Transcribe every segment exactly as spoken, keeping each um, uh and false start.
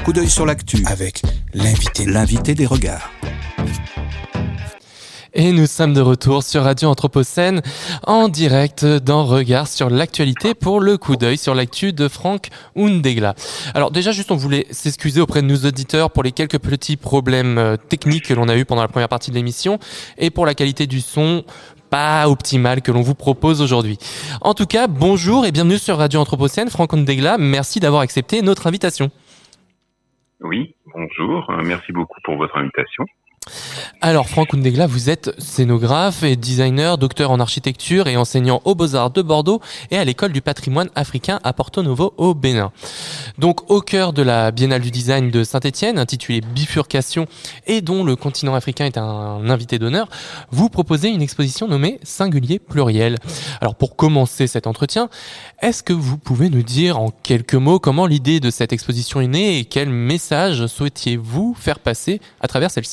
coup d'œil sur l'actu avec l'invité, l'invité des regards. Et nous sommes de retour sur Radio Anthropocène en direct dans Regard sur l'actualité pour le coup d'œil sur l'actu de Franck Oundegla. Alors déjà juste on voulait s'excuser auprès de nos auditeurs pour les quelques petits problèmes techniques que l'on a eu pendant la première partie de l'émission et pour la qualité du son pas optimale que l'on vous propose aujourd'hui. En tout cas, bonjour et bienvenue sur Radio Anthropocène. Franck Oundegla, merci d'avoir accepté notre invitation. Oui, bonjour, merci beaucoup pour votre invitation. Alors Franck Oundegla, vous êtes scénographe et designer, docteur en architecture et enseignant aux Beaux-Arts de Bordeaux et à l'école du patrimoine africain à Porto Novo au Bénin. Donc au cœur de la Biennale du design de Saint-Étienne, intitulée Bifurcation et dont le continent africain est un invité d'honneur, vous proposez une exposition nommée Singulier Pluriel. Alors pour commencer cet entretien, est-ce que vous pouvez nous dire en quelques mots comment l'idée de cette exposition est née et quel message souhaitiez-vous faire passer à travers celle-ci ?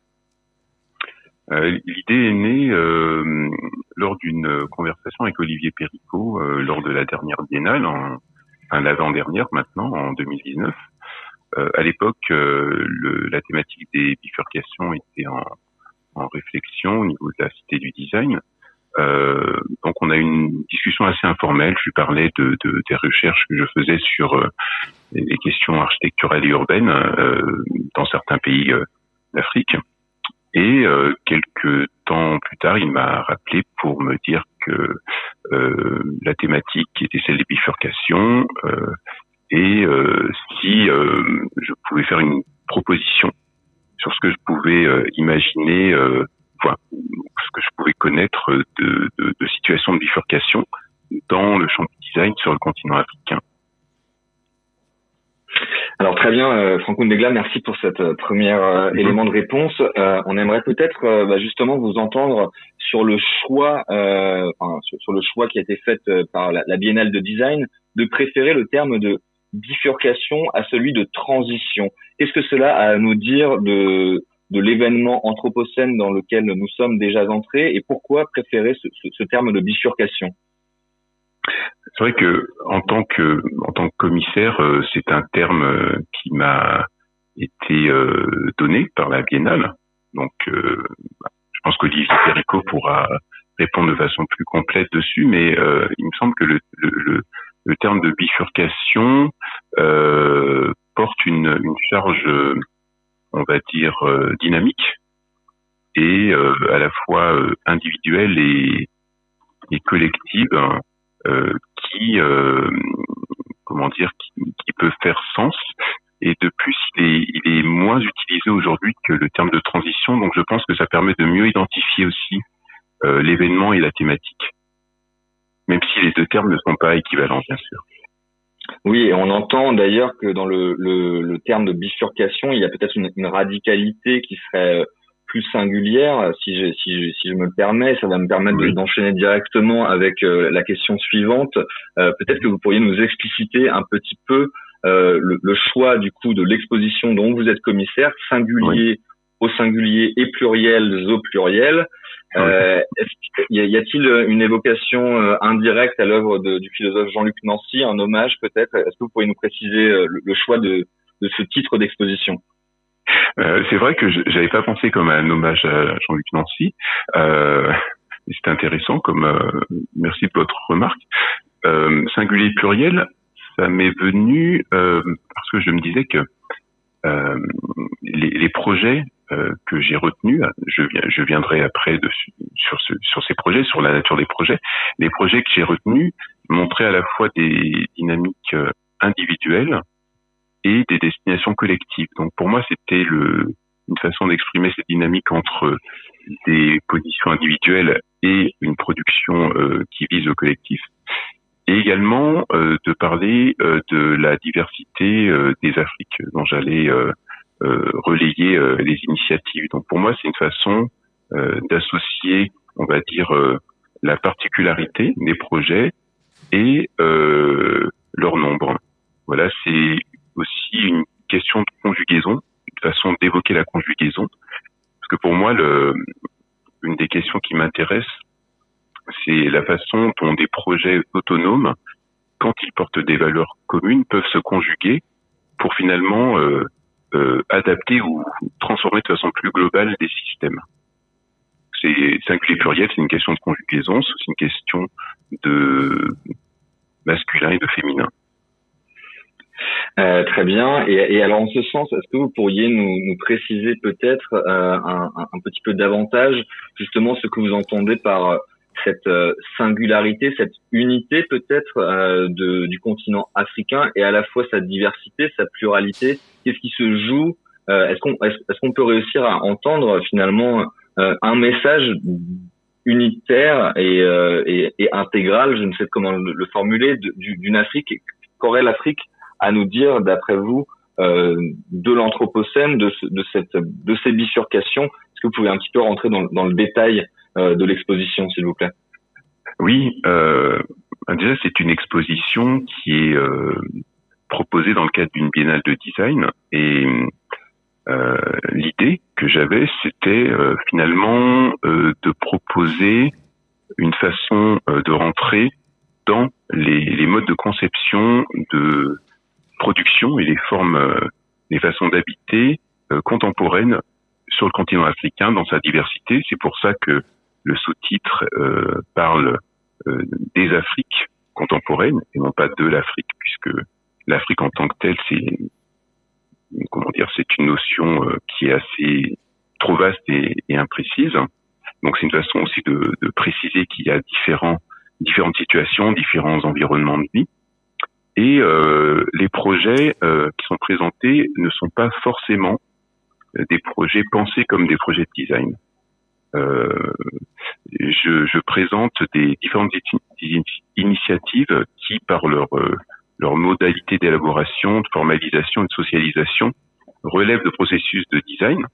Euh, l'idée est née euh, lors d'une conversation avec Olivier Péricot euh, lors de la dernière biennale, en, enfin l'avant-dernière maintenant, en deux mille dix-neuf. Euh, à l'époque, euh, le, la thématique des bifurcations était en, en réflexion au niveau de la Cité du Design. Euh, donc on a eu une discussion assez informelle. Je lui parlais de, de, des recherches que je faisais sur euh, les questions architecturales et urbaines euh, dans certains pays euh, d'Afrique. Et euh, quelques temps plus tard, il m'a rappelé pour me dire que euh, la thématique était celle des bifurcations euh, et euh, si euh, je pouvais faire une proposition sur ce que je pouvais euh, imaginer, euh, enfin, ce que je pouvais connaître de, de, de situations de bifurcation dans le champ du design sur le continent africain. Alors très bien, euh, Franck Oundegla, merci pour cette euh, première euh, mmh. élément de réponse. Euh, on aimerait peut-être euh, bah, justement vous entendre sur le choix, euh, enfin, sur, sur le choix qui a été fait euh, par la, la Biennale de Design de préférer le terme de bifurcation à celui de transition. Qu'est-ce que cela a à nous dire de de l'événement anthropocène dans lequel nous sommes déjà entrés et pourquoi préférer ce, ce, ce terme de bifurcation ? C'est vrai que en tant que en tant que commissaire, euh, c'est un terme euh, qui m'a été euh, donné par la Biennale. Donc, euh, je pense qu'Olivier Péricot pourra répondre de façon plus complète dessus, mais euh, il me semble que le, le, le, le terme de bifurcation euh, porte une, une charge, euh, on va dire, euh, dynamique et euh, à la fois euh, individuelle et, et collective. Hein, Euh, qui, euh, comment dire, qui, qui peut faire sens. Et de plus, il est, il est moins utilisé aujourd'hui que le terme de transition. Donc, je pense que ça permet de mieux identifier aussi euh, l'événement et la thématique, même si les deux termes ne sont pas équivalents, bien sûr. Oui, et on entend d'ailleurs que dans le, le, le terme de bifurcation, il y a peut-être une, une radicalité qui serait plus singulière, si je, si je, si je me le permets, ça va me permettre oui. de, d'enchaîner directement avec euh, la question suivante. Euh, peut-être que vous pourriez nous expliciter un petit peu euh, le, le choix du coup de l'exposition dont vous êtes commissaire, singulier oui. au singulier et pluriel au pluriel. Euh, oui. est-ce, y, a, y a-t-il une évocation euh, indirecte à l'œuvre de, du philosophe Jean-Luc Nancy, un hommage peut-être ? Est-ce que vous pourriez nous préciser euh, le, le choix de, de ce titre d'exposition ? Euh, c'est vrai que je, j'avais pas pensé comme un hommage à Jean-Luc Nancy. Euh, c'est intéressant comme euh, merci de votre remarque. Euh, singulier pluriel, ça m'est venu euh, parce que je me disais que euh, les, les projets euh, que j'ai retenus, je, je viendrai après dessus, sur, ce, sur ces projets, sur la nature des projets. Les projets que j'ai retenus montraient à la fois des dynamiques individuelles et des destinations collectives. Donc pour moi, c'était le, une façon d'exprimer cette dynamique entre des positions individuelles et une production euh, qui vise le collectif. Et également euh, de parler euh, de la diversité euh, des Afriques dont j'allais euh, euh, relayer euh, les initiatives. Donc pour moi, c'est une façon euh, d'associer, on va dire, euh, la particularité des projets et euh, leur nombre. Voilà, c'est aussi une question de conjugaison, une façon d'évoquer la conjugaison. Parce que pour moi, le, une des questions qui m'intéresse, c'est la façon dont des projets autonomes, quand ils portent des valeurs communes, peuvent se conjuguer pour finalement euh, euh, adapter ou transformer de façon plus globale des systèmes. C'est singulier pluriel, c'est une question de conjugaison, c'est aussi une question de masculin et de féminin. Euh, très bien. Et, et alors, en ce sens, est-ce que vous pourriez nous, nous préciser peut-être euh, un, un petit peu davantage justement ce que vous entendez par cette euh, singularité, cette unité peut-être euh, de, du continent africain et à la fois sa diversité, sa pluralité. Qu'est-ce qui se joue euh, Est-ce qu'on est-ce, est-ce qu'on peut réussir à entendre finalement euh, un message unitaire et, euh, et, et intégral, je ne sais comment le, le formuler, de, d'une Afrique? Qu'aurait l'Afrique à nous dire, d'après vous, euh, de l'Anthropocène, de, ce, de, cette, de ces bifurcations? Est-ce que vous pouvez un petit peu rentrer dans, dans le détail euh, de l'exposition, s'il vous plaît? Oui, euh, déjà c'est une exposition qui est euh, proposée dans le cadre d'une biennale de design, et euh, l'idée que j'avais, c'était euh, finalement euh, de proposer une façon euh, de rentrer dans les, les modes de conception de production et les formes, euh, les façons d'habiter euh, contemporaines sur le continent africain dans sa diversité. C'est pour ça que le sous-titre euh, parle euh, des Afriques contemporaines et non pas de l'Afrique, puisque l'Afrique en tant que telle, c'est comment dire, c'est une notion euh, qui est assez trop vaste et, et imprécise. Donc c'est une façon aussi de, de préciser qu'il y a différents, différentes situations, différents environnements de vie. Et euh, les projets euh, qui sont présentés ne sont pas forcément des projets pensés comme des projets de design. Euh, je, je présente des différentes initiatives qui, par leur, euh, leur modalité d'élaboration, de formalisation et de socialisation, relèvent de processus de design,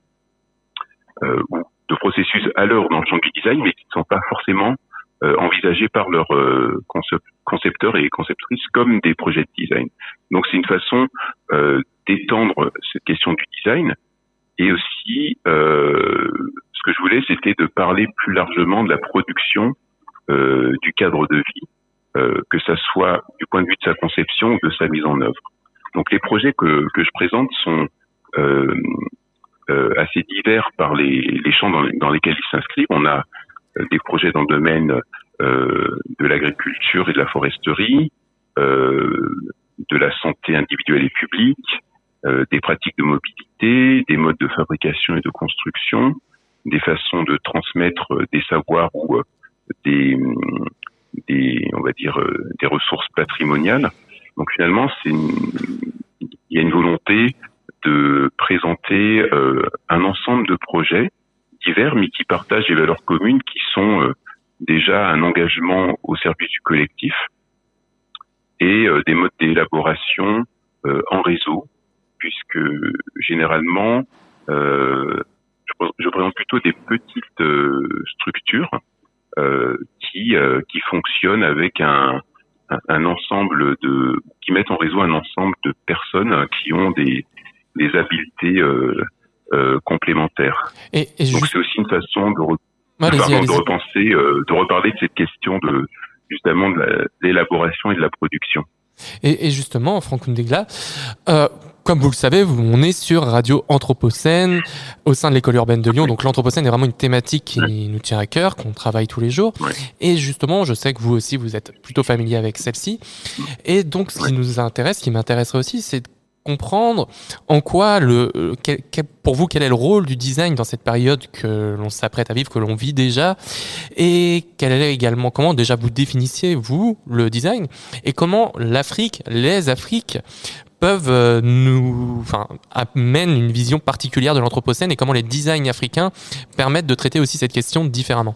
euh, ou de processus à l'heure dans le champ du design, mais qui ne sont pas forcément euh, envisagés par leurs euh, concepteurs et conceptrices comme des projets de design. Donc c'est une façon euh, d'étendre cette question du design. Et aussi, euh, ce que je voulais, c'était de parler plus largement de la production euh, du cadre de vie, euh, que ça soit du point de vue de sa conception ou de sa mise en œuvre. Donc les projets que, que je présente sont euh, euh, assez divers par les, les champs dans, dans lesquels ils s'inscrivent. On a euh, des projets dans le domaine euh, de l'agriculture et de la foresterie, euh, de la santé individuelle et publique, Euh, des pratiques de mobilité, des modes de fabrication et de construction, des façons de transmettre euh, des savoirs ou euh, des, des, on va dire, euh, des ressources patrimoniales. Donc finalement, c'est une, il y a une volonté de présenter euh, un ensemble de projets divers, mais qui partagent des valeurs communes, qui sont euh, déjà un engagement au service du collectif et euh, des modes d'élaboration euh, en réseau, puisque généralement, euh, je, je présente plutôt des petites euh, structures euh, qui euh, qui fonctionnent avec un, un, un ensemble de, qui mettent en réseau un ensemble de personnes qui ont des des habiletés euh, euh, complémentaires. Et, et Donc juste... c'est aussi une façon de, re, allez-y, pardon, allez-y. de repenser, euh, de reparler de cette question de justement de, la, de l'élaboration et de la production. Et, et justement, Franck Ndegla, euh, comme vous le savez, on est sur Radio Anthropocène au sein de l'école urbaine de Lyon. Donc l'Anthropocène est vraiment une thématique qui oui. nous tient à cœur, qu'on travaille tous les jours. Oui. Et justement, je sais que vous aussi, vous êtes plutôt familier avec celle-ci. Et donc, ce qui oui. nous intéresse, ce qui m'intéresserait aussi, c'est de comprendre en quoi, le, quel, quel, pour vous, quel est le rôle du design dans cette période que l'on s'apprête à vivre, que l'on vit déjà, et quel est également, comment déjà vous définissiez, vous, le design, et comment l'Afrique, les Afriques, peuvent nous, enfin, amènent une vision particulière de l'Anthropocène, et comment les designs africains permettent de traiter aussi cette question différemment.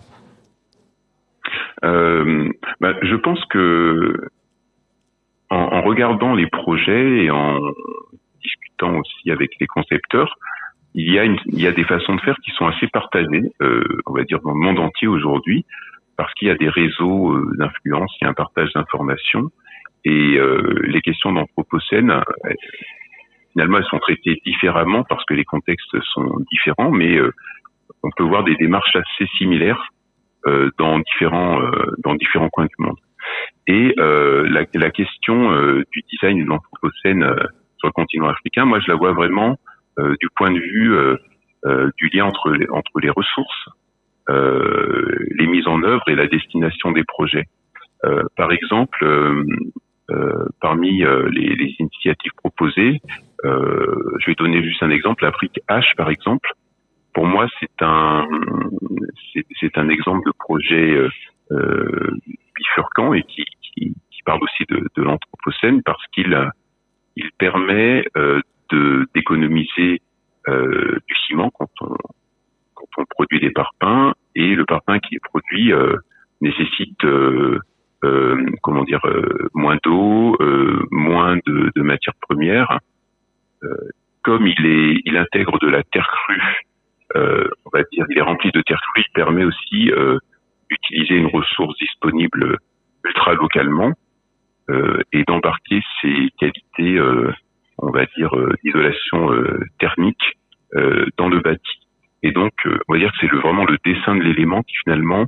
Euh, bah, je pense que En, en regardant les projets et en discutant aussi avec les concepteurs, il y a une, il y a des façons de faire qui sont assez partagées, euh, on va dire dans le monde entier aujourd'hui, parce qu'il y a des réseaux euh, d'influence, il y a un partage d'informations, et euh, les questions d'anthropocène, euh, finalement, elles sont traitées différemment parce que les contextes sont différents, mais euh, on peut voir des démarches assez similaires euh, dans différents euh, dans différents coins du monde. Et euh, la, la question euh, du design et de l'anthropocène euh, sur le continent africain. Moi, je la vois vraiment euh, du point de vue euh, euh, du lien entre les, entre les ressources, euh, les mises en œuvre et la destination des projets. Euh, par exemple, euh, euh, parmi euh, les, les initiatives proposées, euh, je vais donner juste un exemple, l'Afrique H, par exemple. Pour moi, c'est un c'est, c'est un exemple de projet euh, euh, bifurquant et qui, qui, qui parle aussi de, de l'anthropocène parce qu'il il permet euh, de d'économiser euh, du ciment quand on quand on produit des parpaings, et le parpaing qui est produit euh, nécessite euh, euh, comment dire euh, moins d'eau, euh, moins de, de matières premières. Euh, comme il est il intègre de la terre crue. Euh, on va dire, il est rempli de terre crue, il permet aussi euh, d'utiliser une ressource disponible ultra localement euh, et d'embarquer ses qualités, euh, on va dire, euh, d'isolation euh, thermique euh, dans le bâti. Et donc, euh, on va dire que c'est le, vraiment le dessin de l'élément qui finalement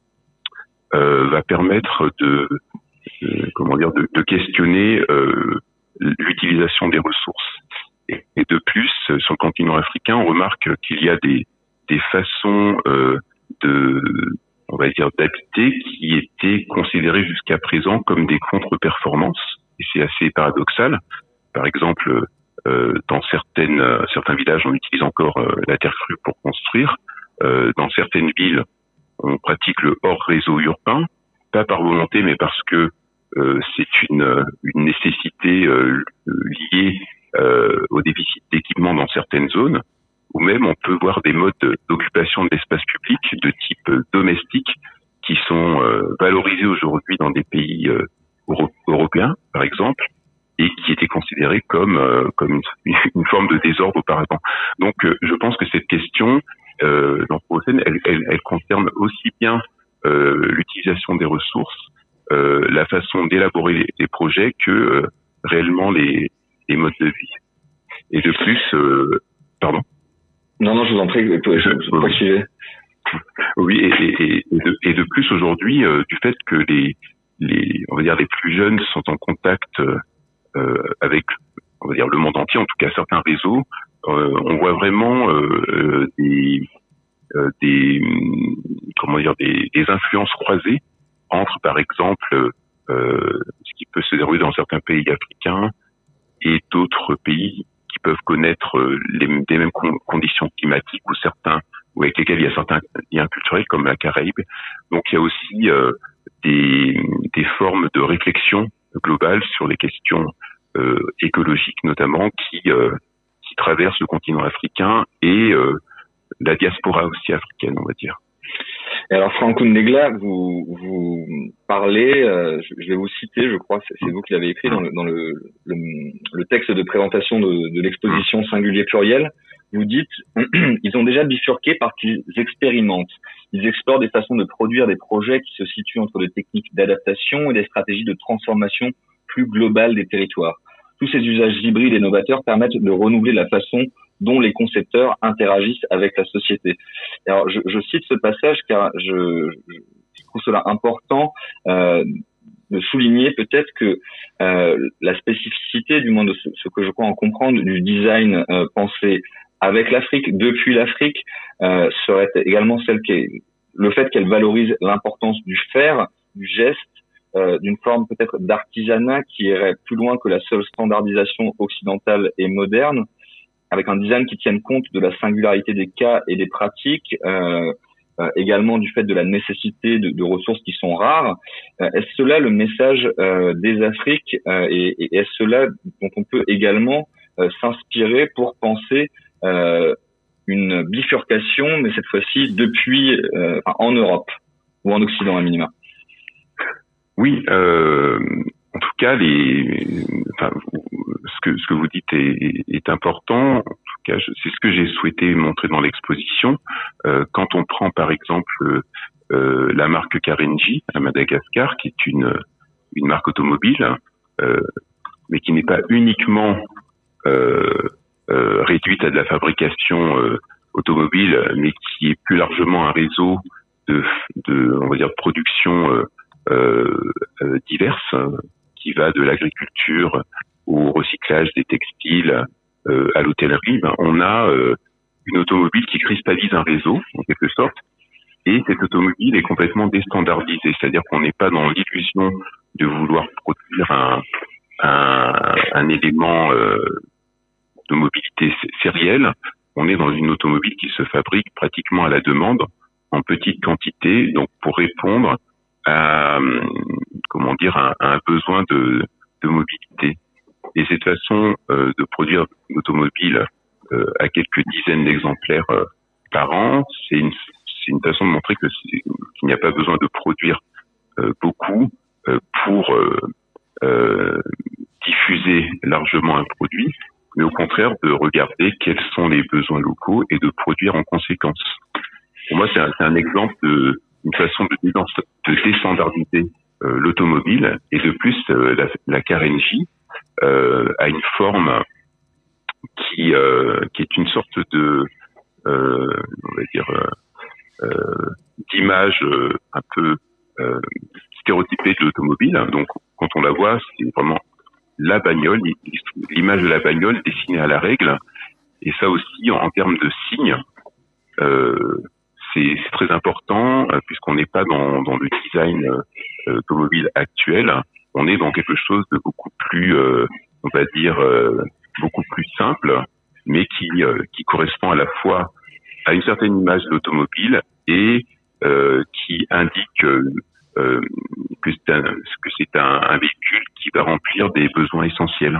euh, va permettre de, de comment dire, de, de questionner euh, l'utilisation des ressources. Et, et de plus, sur le continent africain, on remarque qu'il y a des, des façons euh, de, on va dire, d'habiter qui étaient considérées jusqu'à présent comme des contre-performances. Et c'est assez paradoxal. Par exemple, euh, dans certaines, certains villages, on utilise encore euh, la terre crue pour construire. Euh, dans certaines villes, on pratique le hors-réseau urbain, pas par volonté, mais parce que euh, c'est une, une nécessité euh, liée Euh, au déficit d'équipement dans certaines zones, ou même on peut voir des modes d'occupation de l'espace public de type domestique qui sont euh, valorisés aujourd'hui dans des pays euh, euro- européens, par exemple, et qui étaient considérés comme euh, comme une, une forme de désordre auparavant. Donc, euh, je pense que cette question, euh, l'anthropocène, elle, elle, elle concerne aussi bien euh, l'utilisation des ressources, euh, la façon d'élaborer les, les projets que euh, réellement les les modes de vie. Et de plus, euh, pardon. Non, non, je vous en prie, je, je, je poursuivez. Oui, et, et, et, de, et de plus aujourd'hui, euh, du fait que les, les, on va dire les plus jeunes sont en contact euh, avec, on va dire le monde entier, en tout cas certains réseaux, euh, on voit vraiment euh, des, euh, des, comment dire, des, des influences croisées entre, par exemple, euh, ce qui peut se dérouler dans certains pays africains et d'autres pays qui peuvent connaître les, les mêmes conditions climatiques ou certains ou avec lesquels il y a certains liens culturels comme la Caraïbe. Donc il y a aussi euh, des, des formes de réflexion globale sur les questions euh, écologiques notamment qui euh, qui traversent le continent africain et euh, la diaspora aussi africaine, on va dire. Et alors, Franck Kundegla, vous, vous parlez, euh, je vais vous citer, je crois, c'est, c'est vous qui l'avez écrit dans le, dans le, le, le texte de présentation de, de l'exposition Singulier Pluriel. Vous dites, ils ont déjà bifurqué parce qu'ils expérimentent. Ils explorent des façons de produire des projets qui se situent entre des techniques d'adaptation et des stratégies de transformation plus globales des territoires. Tous ces usages hybrides et novateurs permettent de renouveler la façon dont les concepteurs interagissent avec la société. Alors, je, je cite ce passage car je, je trouve cela important euh, de souligner peut-être que euh, la spécificité, du moins de ce, ce que je crois en comprendre, du design euh, pensé avec l'Afrique, depuis l'Afrique, euh, serait également celle qui est, le fait qu'elle valorise l'importance du faire, du geste, euh, d'une forme peut-être d'artisanat qui irait plus loin que la seule standardisation occidentale et moderne, avec un design qui tienne compte de la singularité des cas et des pratiques, euh, euh, également du fait de la nécessité de, de ressources qui sont rares. Euh, est-ce cela le message euh, des Afriques euh, et, et est-ce cela dont on peut également euh, s'inspirer pour penser euh, une bifurcation, mais cette fois-ci depuis euh, enfin, en Europe ou en Occident à minima? Oui, euh, en tout cas, les, enfin, ce que ce que vous dites est, est important. En tout cas, je, c'est ce que j'ai souhaité montrer dans l'exposition. Euh, quand on prend par exemple euh, la marque Karenji à Madagascar, qui est une une marque automobile, euh, mais qui n'est pas uniquement euh, euh, réduite à de la fabrication euh, automobile, mais qui est plus largement un réseau de, de on va dire, de production euh, euh, diverses, qui va de l'agriculture au recyclage des textiles, euh, à l'hôtellerie, ben, on a euh, une automobile qui cristallise un réseau, en quelque sorte, et cette automobile est complètement déstandardisée, c'est-à-dire qu'on n'est pas dans l'illusion de vouloir produire un, un, un élément euh, de mobilité sérielle. On est dans une automobile qui se fabrique pratiquement à la demande, en petite quantité, donc pour répondre à, comment dire, à, à un besoin de, de mobilité. Et cette façon euh, de produire une automobile euh, à quelques dizaines d'exemplaires euh, par an, c'est une, c'est une façon de montrer que c'est, qu'il n'y a pas besoin de produire euh, beaucoup euh, pour euh, euh, diffuser largement un produit, mais au contraire de regarder quels sont les besoins locaux et de produire en conséquence. Pour moi, c'est un, c'est un exemple de une façon de, de déstandardiser euh, l'automobile, et de plus, euh, la, la Car N J euh, a une forme qui euh, qui est une sorte de euh, on va dire euh, euh, d'image euh, un peu euh, stéréotypée de l'automobile. Donc, quand on la voit, c'est vraiment la bagnole, l'image de la bagnole dessinée à la règle. Et ça aussi, en, en termes de signes, euh, c'est, c'est très important, euh, puisqu'on n'est pas dans, dans le design euh, automobile actuel. On est dans quelque chose de beaucoup plus, euh, on va dire, euh, beaucoup plus simple, mais qui, euh, qui correspond à la fois à une certaine image de l'automobile et euh, qui indique euh, euh, que c'est, un, que c'est un, un véhicule qui va remplir des besoins essentiels.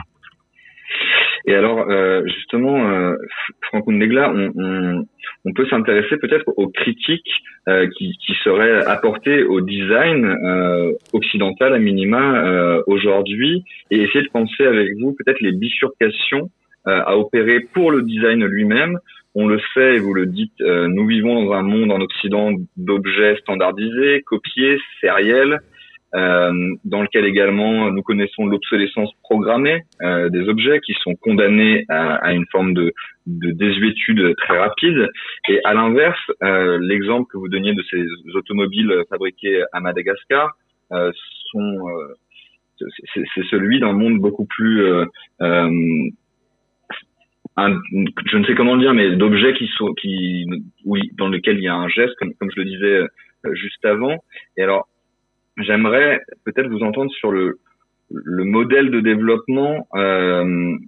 Et alors, euh, justement, euh, Franck Houndegla, on, on, on peut s'intéresser peut-être aux critiques euh, qui, qui seraient apportées au design euh, occidental à minima euh, aujourd'hui, et essayer de penser avec vous peut-être les bifurcations euh, à opérer pour le design lui-même. On le sait, et vous le dites, euh, nous vivons dans un monde en Occident d'objets standardisés, copiés, sériels, euh, dans lequel également nous connaissons l'obsolescence programmée euh, des objets qui sont condamnés à, à une forme de, de désuétude très rapide. Et à l'inverse, euh, l'exemple que vous donniez de ces automobiles fabriquées à Madagascar euh, sont, euh, c'est, c'est celui d'un monde beaucoup plus euh, euh, Un, je ne sais comment le dire, mais d'objets qui sont, qui, oui, dans lesquels il y a un geste, comme, comme je le disais euh, juste avant. Et alors, j'aimerais peut-être vous entendre sur le, le modèle de développement euh,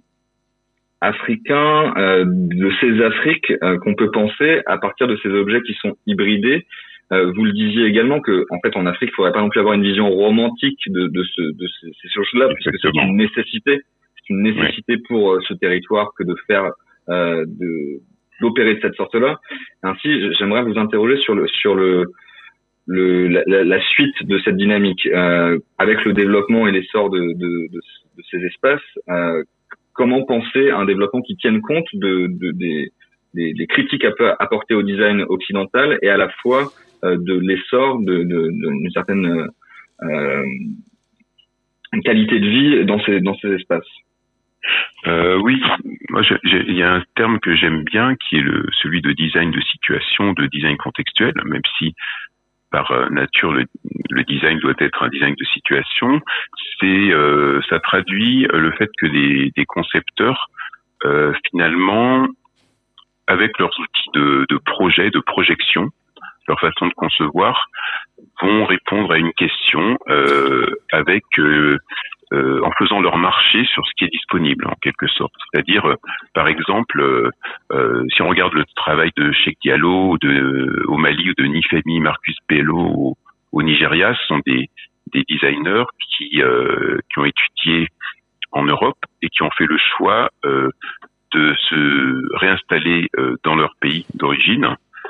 africain euh, de ces Afriques euh, qu'on peut penser à partir de ces objets qui sont hybridés. Euh, vous le disiez également que, en fait, en Afrique, il ne faudrait pas non plus avoir une vision romantique de, de, ce, de ces, ces choses-là, puisque c'est une nécessité. une nécessité oui. pour euh, ce territoire que de faire euh, de d'opérer de cette sorte-là. Ainsi, j'aimerais vous interroger sur le sur le, le la, la suite de cette dynamique euh, avec le développement et l'essor de de, de, de ces espaces. Euh, comment penser un développement qui tienne compte de, de des, des des critiques apportées au design occidental et à la fois euh, de l'essor de, de, de d'une certaine euh, qualité de vie dans ces dans ces espaces. Euh, oui, moi il y a un terme que j'aime bien qui est le celui de design de situation, de design contextuel, même si par nature le, le design doit être un design de situation. C'est euh, ça traduit le fait que des, des concepteurs euh, finalement, avec leurs outils de, de projet, de projection, leur façon de concevoir, vont répondre à une question euh, avec euh, Euh, en faisant leur marché sur ce qui est disponible, en quelque sorte. C'est-à-dire, euh, par exemple, euh, euh, si on regarde le travail de Cheikh Diallo de, au Mali ou de Nifemi Marcus Bello au, au Nigeria, ce sont des, des designers qui, euh, qui ont étudié en Europe et qui ont fait le choix euh, de se réinstaller euh, dans leur pays d'origine.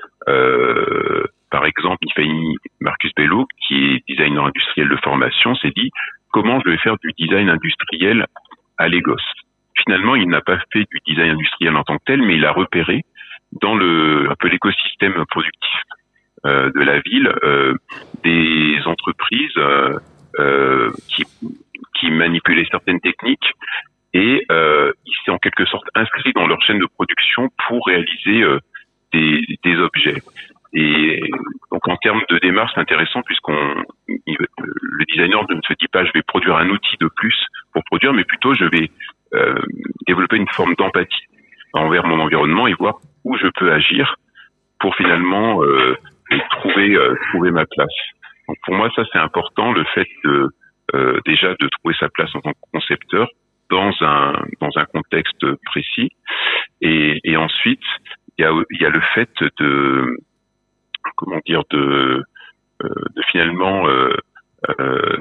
Euh, par exemple, Nifemi Marcus Bello, qui est designer industriel de formation, s'est dit comment je vais faire du design industriel à Lagos. Finalement, il n'a pas fait du design industriel en tant que tel, mais il a repéré dans le un peu l'écosystème productif euh, de la ville euh, des entreprises euh, euh, qui qui manipulaient certaines techniques et euh, il s'est en quelque sorte inscrit dans leur chaîne de production pour réaliser euh, des des objets. et donc en termes de démarche, c'est intéressant puisqu'on il, le designer ne se dit pas je vais produire un outil de plus pour produire, mais plutôt je vais euh, développer une forme d'empathie envers mon environnement et voir où je peux agir pour finalement euh, trouver euh, trouver ma place. Donc pour moi ça c'est important, le fait de euh, déjà de trouver sa place en tant que concepteur dans un dans un contexte précis, et, et ensuite il y a il y a le fait de comment dire de euh, de finalement euh, euh,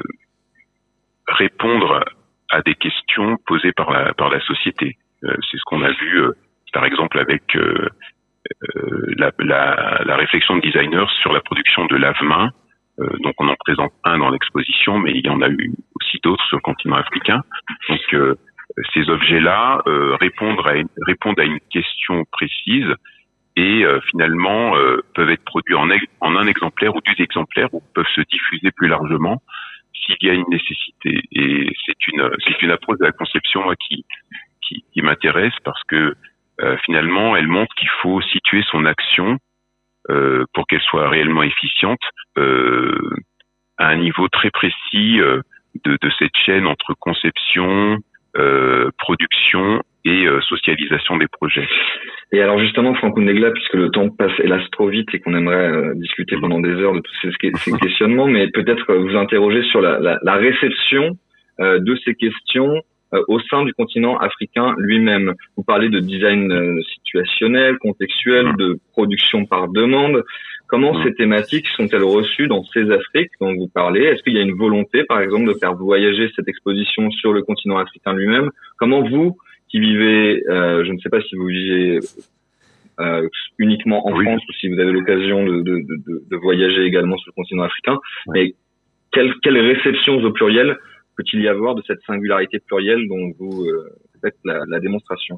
répondre à des questions posées par la par la société. Euh, c'est ce qu'on a vu euh, par exemple avec euh, euh, la, la la réflexion de designers sur la production de lave-mains. Euh, donc on en présente un dans l'exposition, mais il y en a eu aussi d'autres sur le continent africain. Donc euh, ces objets-là euh, répondent à une, répondent à une question précise et euh, finalement euh, peuvent être produits en, en un exemplaire ou deux exemplaires, ou peuvent se diffuser plus largement s'il y a une nécessité. Et c'est une c'est une approche de la conception moi qui qui, qui m'intéresse parce que euh, finalement elle montre qu'il faut situer son action Euh, pour qu'elle soit réellement efficiente euh, à un niveau très précis euh, de, de cette chaîne entre conception, euh, production et euh, socialisation des projets. Et alors justement, Franck Houndegla, puisque le temps passe hélas trop vite et qu'on aimerait euh, discuter pendant des heures de tous ces, ces questionnements, mais peut-être vous interroger sur la, la, la réception euh, de ces questions Euh, au sein du continent africain lui-même. Vous parlez de design euh, situationnel, contextuel, de production par demande. Comment ces thématiques sont-elles reçues dans ces Afriques dont vous parlez? Est-ce qu'il y a une volonté, par exemple, de faire voyager cette exposition sur le continent africain lui-même? Comment vous, qui vivez, euh, je ne sais pas si vous vivez euh, uniquement en oui. France ou si vous avez l'occasion de, de, de, de voyager également sur le continent africain, oui. mais quelle, quelle réception au pluriel peut-il y avoir de cette singularité plurielle dont vous euh, faites la, la démonstration?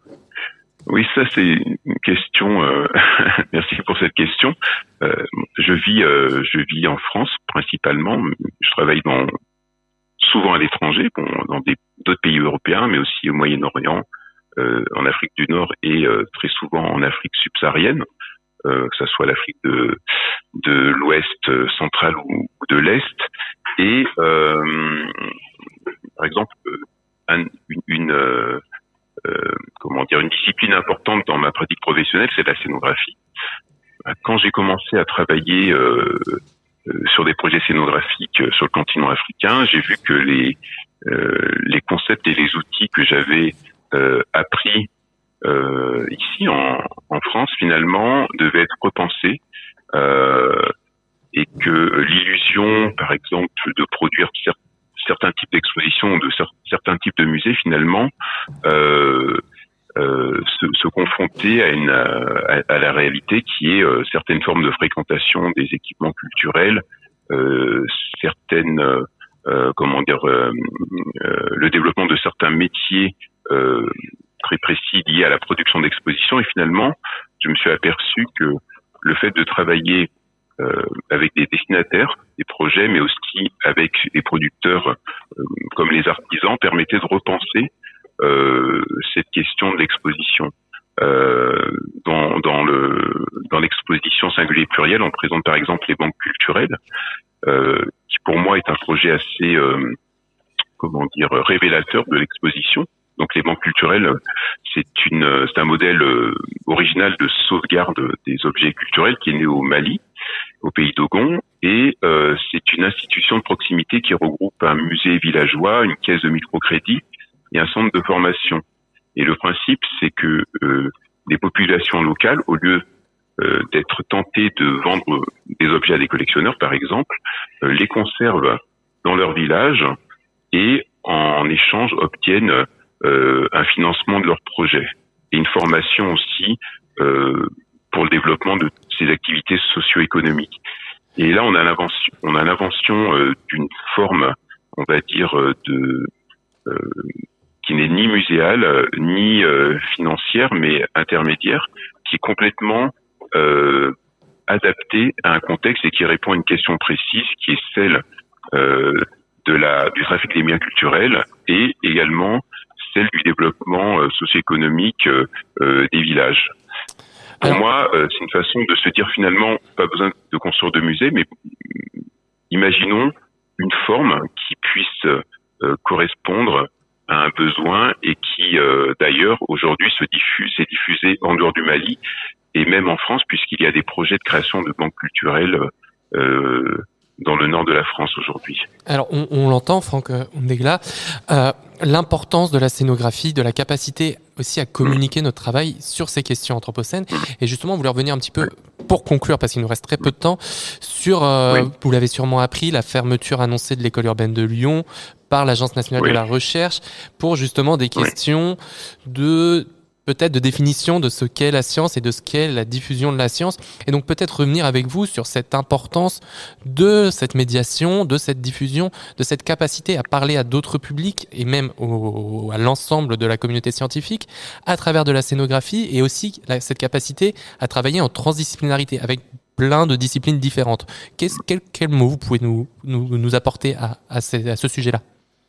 Oui, ça c'est une question. Euh, merci pour cette question. Euh, je vis, euh, je vis en France principalement. Je travaille dans, souvent à l'étranger, bon, dans des, d'autres pays européens, mais aussi au Moyen-Orient, euh, en Afrique du Nord et euh, très souvent en Afrique subsaharienne, euh, que ce soit l'Afrique de, de l'Ouest central ou, ou de l'Est. Et euh, par exemple, un, une, une euh, euh, comment dire, une discipline importante dans ma pratique professionnelle, c'est la scénographie. Quand j'ai commencé à travailler euh, euh, sur des projets scénographiques sur le continent africain, j'ai vu que les euh, les concepts et les outils que j'avais euh, appris euh, ici en, en France, finalement, devaient être repensés. Euh, et que l'illusion, par exemple, de produire cer- certains types d'expositions ou de cer- certains types de musées, finalement, euh, euh, se, se confronter à, une, à, à la réalité qui est euh, certaines formes de fréquentation des équipements culturels, euh, certaines, euh, comment dire, euh, euh, le développement de certains métiers euh, très précis liés à la production d'expositions. Et finalement, je me suis aperçu que le fait de travailler Euh, avec des destinataires, des projets, mais aussi avec des producteurs euh, comme les artisans, permettait de repenser euh, cette question de l'exposition. Euh, dans, dans, le, dans l'exposition singulier pluriel, on présente par exemple les banques culturelles, euh, qui pour moi est un projet assez, euh, comment dire, révélateur de l'exposition. Donc les banques culturelles, c'est une, c'est un modèle euh, original de sauvegarde des objets culturels qui est né au Mali, au pays d'Ogon, et euh, c'est une institution de proximité qui regroupe un musée villageois, une caisse de microcrédit et un centre de formation. Et le principe, c'est que euh, les populations locales, au lieu euh, d'être tentées de vendre des objets à des collectionneurs, par exemple, euh, les conservent dans leur village et en échange obtiennent euh, un financement de leur projet et une formation aussi euh, pour le développement de ces activités socio-économiques. Et là, on a l'invention, on a l'invention euh, d'une forme, on va dire, de euh, qui n'est ni muséale ni euh, financière, mais intermédiaire, qui est complètement euh, adaptée à un contexte et qui répond à une question précise, qui est celle euh, de la du trafic des biens culturels et également celle du développement euh, socio-économique euh, euh, des villages. Pour Alors... moi, euh, c'est une façon de se dire finalement, pas besoin de construire de musée, mais imaginons une forme qui puisse euh, correspondre à un besoin et qui, euh, d'ailleurs, aujourd'hui se diffuse, est diffusé en dehors du Mali et même en France, puisqu'il y a des projets de création de banques culturelles euh, dans le nord de la France aujourd'hui. Alors, on, on l'entend, Franck Ndegla, euh, l'importance de la scénographie, de la capacité aussi à communiquer mmh. notre travail sur ces questions anthropocènes. Mmh. Et justement, vous voulez revenir un petit peu, pour conclure, parce qu'il nous reste très peu de temps, sur, euh, oui. vous l'avez sûrement appris, la fermeture annoncée de l'école urbaine de Lyon par l'Agence nationale oui. de la recherche, pour justement des questions oui. de... peut-être de définition de ce qu'est la science et de ce qu'est la diffusion de la science. Et donc peut-être revenir avec vous sur cette importance de cette médiation, de cette diffusion, de cette capacité à parler à d'autres publics et même au, à l'ensemble de la communauté scientifique à travers de la scénographie, et aussi la, cette capacité à travailler en transdisciplinarité avec plein de disciplines différentes. Qu'est-ce, quel, quel mot vous pouvez nous, nous, nous apporter à, à, ce, à ce sujet-là?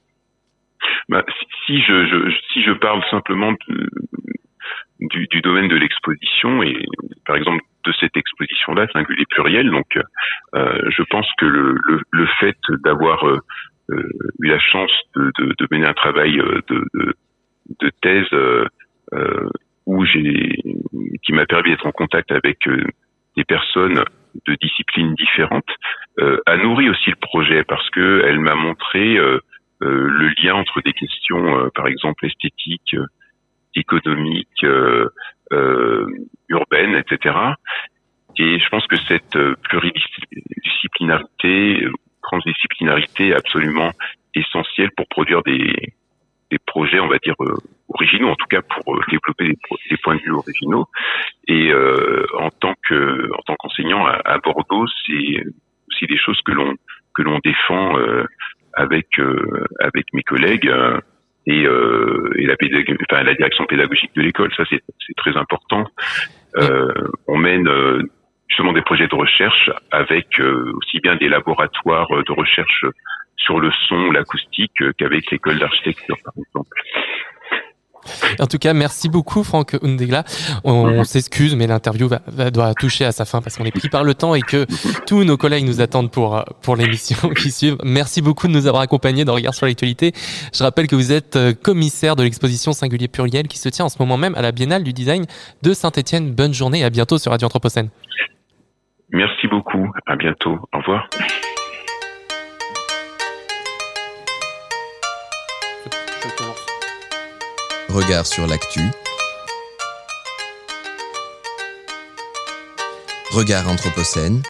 Bah, si, je, je, si je parle simplement de... Du, du domaine de l'exposition et par exemple de cette exposition-là, singulier pluriel. Donc, euh, je pense que le, le, le fait d'avoir euh, eu la chance de, de, de mener un travail de, de, de thèse euh, où j'ai, qui m'a permis d'être en contact avec euh, des personnes de disciplines différentes, euh, a nourri aussi le projet parce que elle m'a montré euh, euh, le lien entre des questions, euh, par exemple esthétiques, économique, euh, euh, urbaine, et cetera. Et je pense que cette pluridisciplinarité, transdisciplinarité est absolument essentielle pour produire des, des projets, on va dire, euh, originaux, en tout cas pour euh, développer des, des points de vue originaux. Et euh, en tant que, en tant qu'enseignant à, à Bordeaux, c'est aussi des choses que l'on que l'on défend euh, avec euh, avec mes collègues. Euh, et, euh, et la, pédag- enfin, la direction pédagogique de l'école, ça c'est, c'est très important. Euh, on mène euh, justement des projets de recherche avec euh, aussi bien des laboratoires de recherche sur le son, l'acoustique, euh, qu'avec l'école d'architecture par exemple. En tout cas, merci beaucoup Franck Ndegla. On, on s'excuse, mais l'interview va, va, doit toucher à sa fin parce qu'on est pris par le temps et que tous nos collègues nous attendent pour, pour l'émission qui suit. Merci beaucoup de nous avoir accompagnés dans Regard sur l'actualité. Je rappelle que vous êtes commissaire de l'exposition Singulier Pluriel qui se tient en ce moment même à la Biennale du Design de Saint-Étienne. Bonne journée et à bientôt sur Radio Anthropocène. Merci beaucoup. À bientôt. Au revoir. Regard sur l'actu. Regard Anthropocène.